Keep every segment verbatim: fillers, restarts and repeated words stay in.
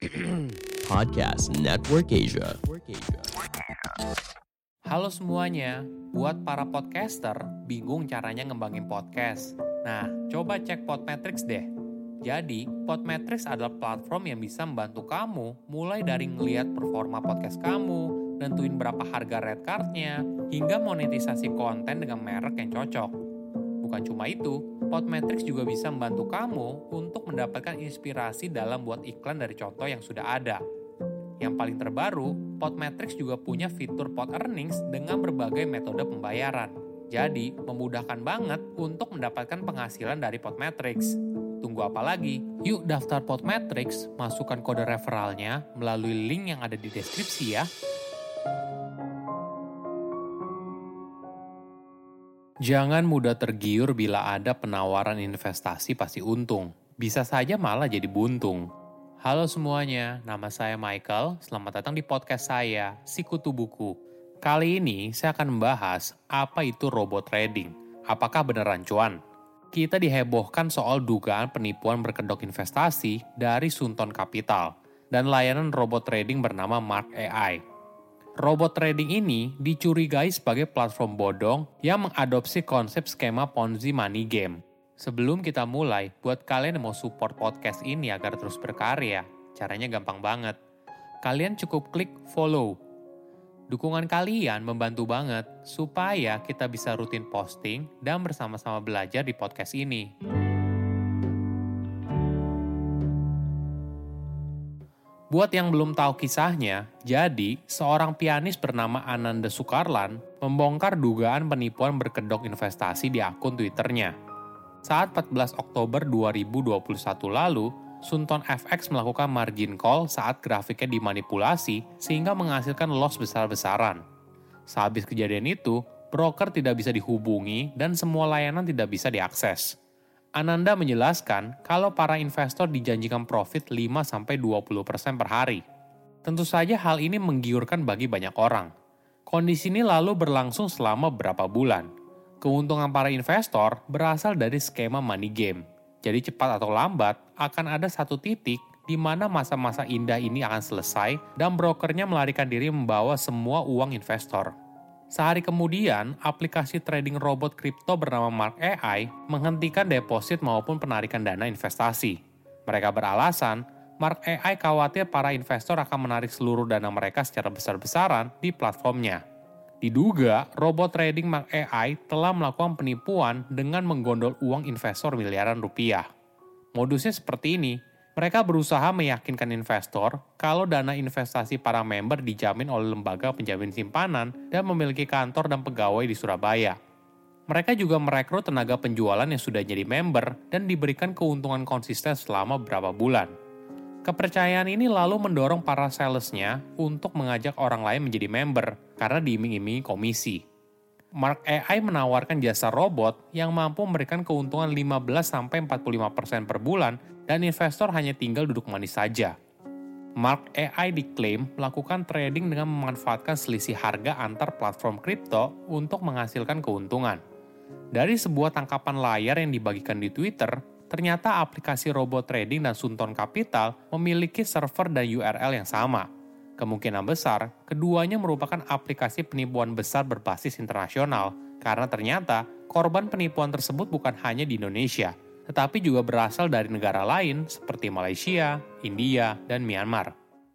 Podcast Network Asia. Halo semuanya, buat para podcaster bingung caranya ngembangin podcast. Nah, coba cek Podmetrics deh. Jadi, Podmetrics adalah platform yang bisa membantu kamu mulai dari ngeliat performa podcast kamu, nentuin berapa harga red card-nya, hingga monetisasi konten dengan merek yang cocok. Bukan cuma itu, Podmetrics juga bisa membantu kamu untuk mendapatkan inspirasi dalam buat iklan dari contoh yang sudah ada. Yang paling terbaru, Podmetrics juga punya fitur Pod Earnings dengan berbagai metode pembayaran. Jadi, memudahkan banget untuk mendapatkan penghasilan dari Podmetrics. Tunggu apa lagi? Yuk daftar Podmetrics, masukkan kode referralnya melalui link yang ada di deskripsi ya. Jangan mudah tergiur bila ada penawaran investasi pasti untung. Bisa saja malah jadi buntung. Halo semuanya, nama saya Michael. Selamat datang di podcast saya, Sikutu Buku. Kali ini saya akan membahas apa itu robot trading. Apakah beneran cuan? Kita dihebohkan soal dugaan penipuan berkedok investasi dari Sunton Capital dan layanan robot trading bernama Mark A I. Robot trading ini dicurigai sebagai platform bodong yang mengadopsi konsep skema Ponzi money game. Sebelum kita mulai, buat kalian yang mau support podcast ini agar terus berkarya, caranya gampang banget. Kalian cukup klik follow. Dukungan kalian membantu banget supaya kita bisa rutin posting dan bersama-sama belajar di podcast ini. Buat yang belum tahu kisahnya, jadi seorang pianis bernama Ananda Sukarlan membongkar dugaan penipuan berkedok investasi di akun Twitternya. Saat empat belas Oktober dua ribu dua puluh satu lalu, Sunton F X melakukan margin call saat grafiknya dimanipulasi sehingga menghasilkan loss besar-besaran. Sehabis kejadian itu, broker tidak bisa dihubungi dan semua layanan tidak bisa diakses. Ananda menjelaskan kalau para investor dijanjikan profit lima sampai dua puluh persen per hari. Tentu saja hal ini menggiurkan bagi banyak orang. Kondisi ini lalu berlangsung selama beberapa bulan. Keuntungan para investor berasal dari skema money game. Jadi cepat atau lambat akan ada satu titik di mana masa-masa indah ini akan selesai dan brokernya melarikan diri membawa semua uang investor. Sehari kemudian, aplikasi trading robot kripto bernama Mark A I menghentikan deposit maupun penarikan dana investasi. Mereka beralasan, Mark A I khawatir para investor akan menarik seluruh dana mereka secara besar-besaran di platformnya. Diduga, robot trading Mark A I telah melakukan penipuan dengan menggondol uang investor miliaran rupiah. Modusnya seperti ini, mereka berusaha meyakinkan investor kalau dana investasi para member dijamin oleh lembaga penjamin simpanan dan memiliki kantor dan pegawai di Surabaya. Mereka juga merekrut tenaga penjualan yang sudah jadi member dan diberikan keuntungan konsisten selama beberapa bulan. Kepercayaan ini lalu mendorong para salesnya untuk mengajak orang lain menjadi member karena diiming-imingi komisi. Mark A I menawarkan jasa robot yang mampu memberikan keuntungan lima belas sampai empat puluh lima persen per bulan dan investor hanya tinggal duduk manis saja. Mark A I diklaim melakukan trading dengan memanfaatkan selisih harga antar platform kripto untuk menghasilkan keuntungan. Dari sebuah tangkapan layar yang dibagikan di Twitter, ternyata aplikasi robot trading dan Sunton Capital memiliki server dan U R L yang sama. Kemungkinan besar, keduanya merupakan aplikasi penipuan besar berbasis internasional, karena ternyata korban penipuan tersebut bukan hanya di Indonesia, tetapi juga berasal dari negara lain seperti Malaysia, India, dan Myanmar.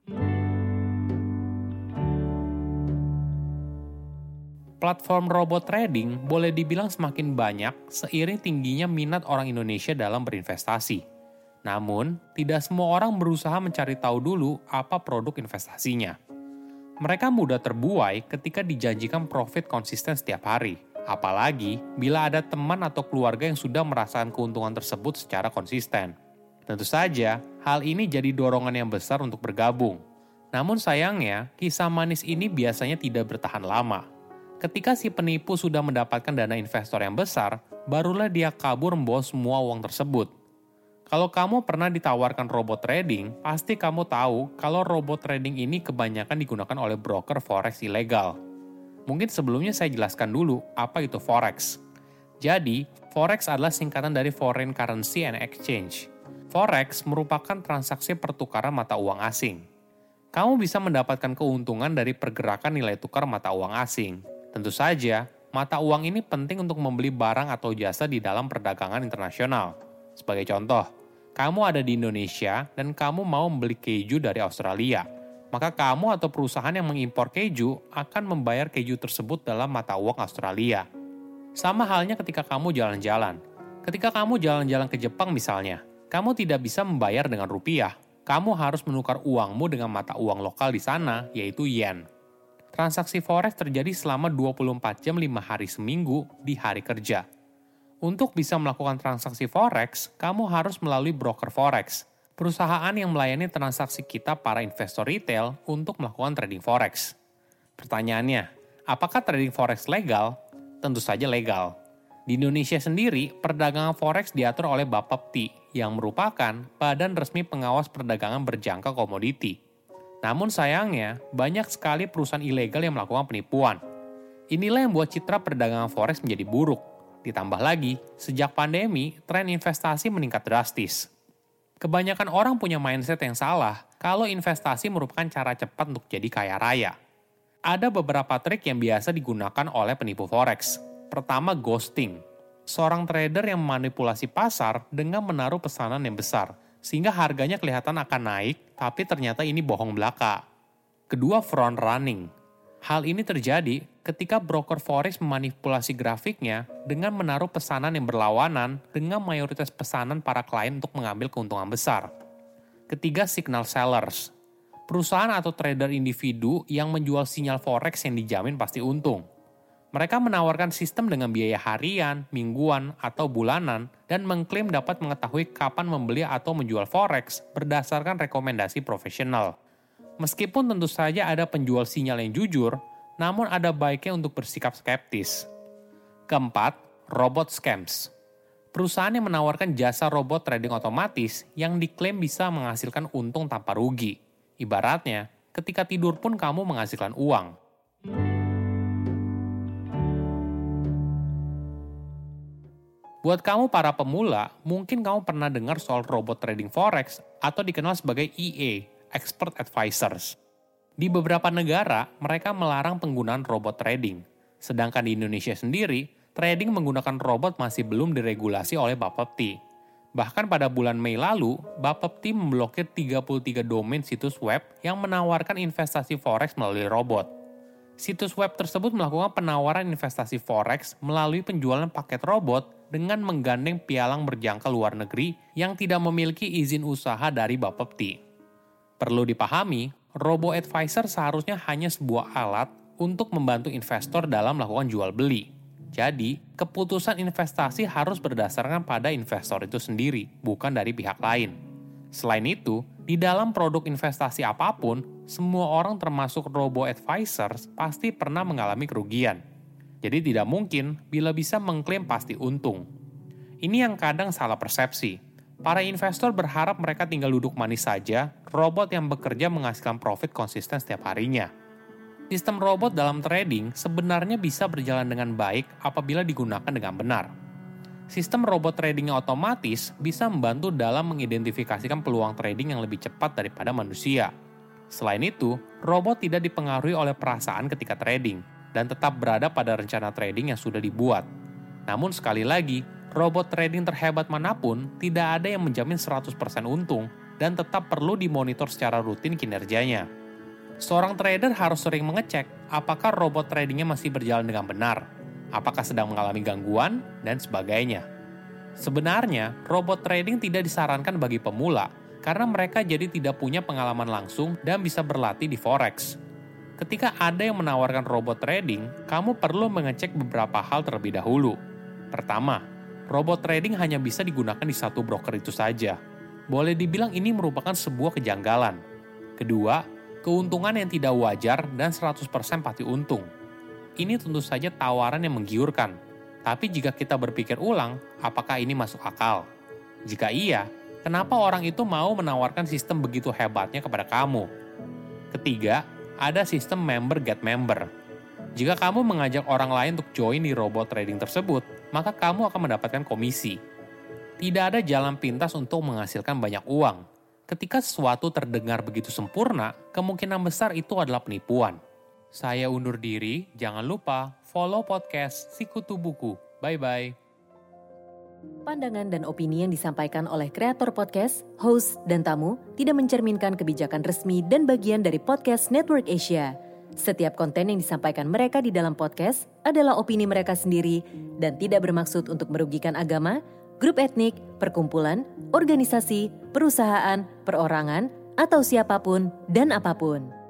Platform robot trading boleh dibilang semakin banyak seiring tingginya minat orang Indonesia dalam berinvestasi. Namun, tidak semua orang berusaha mencari tahu dulu apa produk investasinya. Mereka mudah terbuai ketika dijanjikan profit konsisten setiap hari. Apalagi bila ada teman atau keluarga yang sudah merasakan keuntungan tersebut secara konsisten. Tentu saja, hal ini jadi dorongan yang besar untuk bergabung. Namun sayangnya, kisah manis ini biasanya tidak bertahan lama. Ketika si penipu sudah mendapatkan dana investor yang besar, barulah dia kabur membawa semua uang tersebut. Kalau kamu pernah ditawarkan robot trading, pasti kamu tahu kalau robot trading ini kebanyakan digunakan oleh broker forex ilegal. Mungkin sebelumnya saya jelaskan dulu apa itu forex. Jadi, forex adalah singkatan dari foreign currency and exchange. Forex merupakan transaksi pertukaran mata uang asing. Kamu bisa mendapatkan keuntungan dari pergerakan nilai tukar mata uang asing. Tentu saja, mata uang ini penting untuk membeli barang atau jasa di dalam perdagangan internasional. Sebagai contoh, kamu ada di Indonesia dan kamu mau membeli keju dari Australia. Maka kamu atau perusahaan yang mengimpor keju akan membayar keju tersebut dalam mata uang Australia. Sama halnya ketika kamu jalan-jalan. Ketika kamu jalan-jalan ke Jepang misalnya, kamu tidak bisa membayar dengan rupiah. Kamu harus menukar uangmu dengan mata uang lokal di sana, yaitu yen. Transaksi forex terjadi selama dua puluh empat jam lima hari seminggu di hari kerja. Untuk bisa melakukan transaksi forex, kamu harus melalui broker forex, perusahaan yang melayani transaksi kita para investor retail untuk melakukan trading forex. Pertanyaannya, apakah trading forex legal? Tentu saja legal. Di Indonesia sendiri, perdagangan forex diatur oleh Bapepti, yang merupakan badan resmi pengawas perdagangan berjangka komoditi. Namun sayangnya, banyak sekali perusahaan ilegal yang melakukan penipuan. Inilah yang membuat citra perdagangan forex menjadi buruk. Ditambah lagi, sejak pandemi, tren investasi meningkat drastis. Kebanyakan orang punya mindset yang salah kalau investasi merupakan cara cepat untuk jadi kaya raya. Ada beberapa trik yang biasa digunakan oleh penipu forex. Pertama, ghosting. Seorang trader yang memanipulasi pasar dengan menaruh pesanan yang besar, sehingga harganya kelihatan akan naik, tapi ternyata ini bohong belaka. Kedua, front running. Hal ini terjadi ketika broker forex memanipulasi grafiknya dengan menaruh pesanan yang berlawanan dengan mayoritas pesanan para klien untuk mengambil keuntungan besar. Ketiga, signal sellers. Perusahaan atau trader individu yang menjual sinyal forex yang dijamin pasti untung. Mereka menawarkan sistem dengan biaya harian, mingguan, atau bulanan, dan mengklaim dapat mengetahui kapan membeli atau menjual forex berdasarkan rekomendasi profesional. Meskipun tentu saja ada penjual sinyal yang jujur, namun ada baiknya untuk bersikap skeptis. Keempat, robot scams. Perusahaan yang menawarkan jasa robot trading otomatis yang diklaim bisa menghasilkan untung tanpa rugi. Ibaratnya, ketika tidur pun kamu menghasilkan uang. Buat kamu para pemula, mungkin kamu pernah dengar soal robot trading forex atau dikenal sebagai E A, Expert Advisors. Di beberapa negara, mereka melarang penggunaan robot trading. Sedangkan di Indonesia sendiri, trading menggunakan robot masih belum diregulasi oleh Bapepti. Bahkan pada bulan Mei lalu, Bapepti memblokir tiga puluh tiga domain situs web yang menawarkan investasi forex melalui robot. Situs web tersebut melakukan penawaran investasi forex melalui penjualan paket robot dengan menggandeng pialang berjangka luar negeri yang tidak memiliki izin usaha dari Bapepti. Perlu dipahami, robo-advisor seharusnya hanya sebuah alat untuk membantu investor dalam melakukan jual-beli. Jadi, keputusan investasi harus berdasarkan pada investor itu sendiri, bukan dari pihak lain. Selain itu, di dalam produk investasi apapun, semua orang termasuk robo-advisors pasti pernah mengalami kerugian. Jadi tidak mungkin bila bisa mengklaim pasti untung. Ini yang kadang salah persepsi. Para investor berharap mereka tinggal duduk manis saja, robot yang bekerja menghasilkan profit konsisten setiap harinya. Sistem robot dalam trading sebenarnya bisa berjalan dengan baik apabila digunakan dengan benar. Sistem robot trading yang otomatis bisa membantu dalam mengidentifikasikan peluang trading yang lebih cepat daripada manusia. Selain itu, robot tidak dipengaruhi oleh perasaan ketika trading, dan tetap berada pada rencana trading yang sudah dibuat. Namun sekali lagi, robot trading terhebat manapun tidak ada yang menjamin seratus persen untung dan tetap perlu dimonitor secara rutin kinerjanya. Seorang trader harus sering mengecek apakah robot tradingnya masih berjalan dengan benar, apakah sedang mengalami gangguan, dan sebagainya. Sebenarnya, robot trading tidak disarankan bagi pemula karena mereka jadi tidak punya pengalaman langsung dan bisa berlatih di forex. Ketika ada yang menawarkan robot trading, kamu perlu mengecek beberapa hal terlebih dahulu. Pertama, robot trading hanya bisa digunakan di satu broker itu saja. Boleh dibilang ini merupakan sebuah kejanggalan. Kedua, keuntungan yang tidak wajar dan seratus persen pasti untung. Ini tentu saja tawaran yang menggiurkan. Tapi jika kita berpikir ulang, apakah ini masuk akal? Jika iya, kenapa orang itu mau menawarkan sistem begitu hebatnya kepada kamu? Ketiga, ada sistem member get member. Jika kamu mengajak orang lain untuk join di robot trading tersebut, maka kamu akan mendapatkan komisi. Tidak ada jalan pintas untuk menghasilkan banyak uang. Ketika sesuatu terdengar begitu sempurna, kemungkinan besar itu adalah penipuan. Saya undur diri, jangan lupa follow podcast Sikutu Buku. Bye-bye. Pandangan dan opini yang disampaikan oleh kreator podcast, host, dan tamu tidak mencerminkan kebijakan resmi dan bagian dari Podcast Network Asia. Setiap konten yang disampaikan mereka di dalam podcast adalah opini mereka sendiri dan tidak bermaksud untuk merugikan agama, grup etnik, perkumpulan, organisasi, perusahaan, perorangan, atau siapapun dan apapun.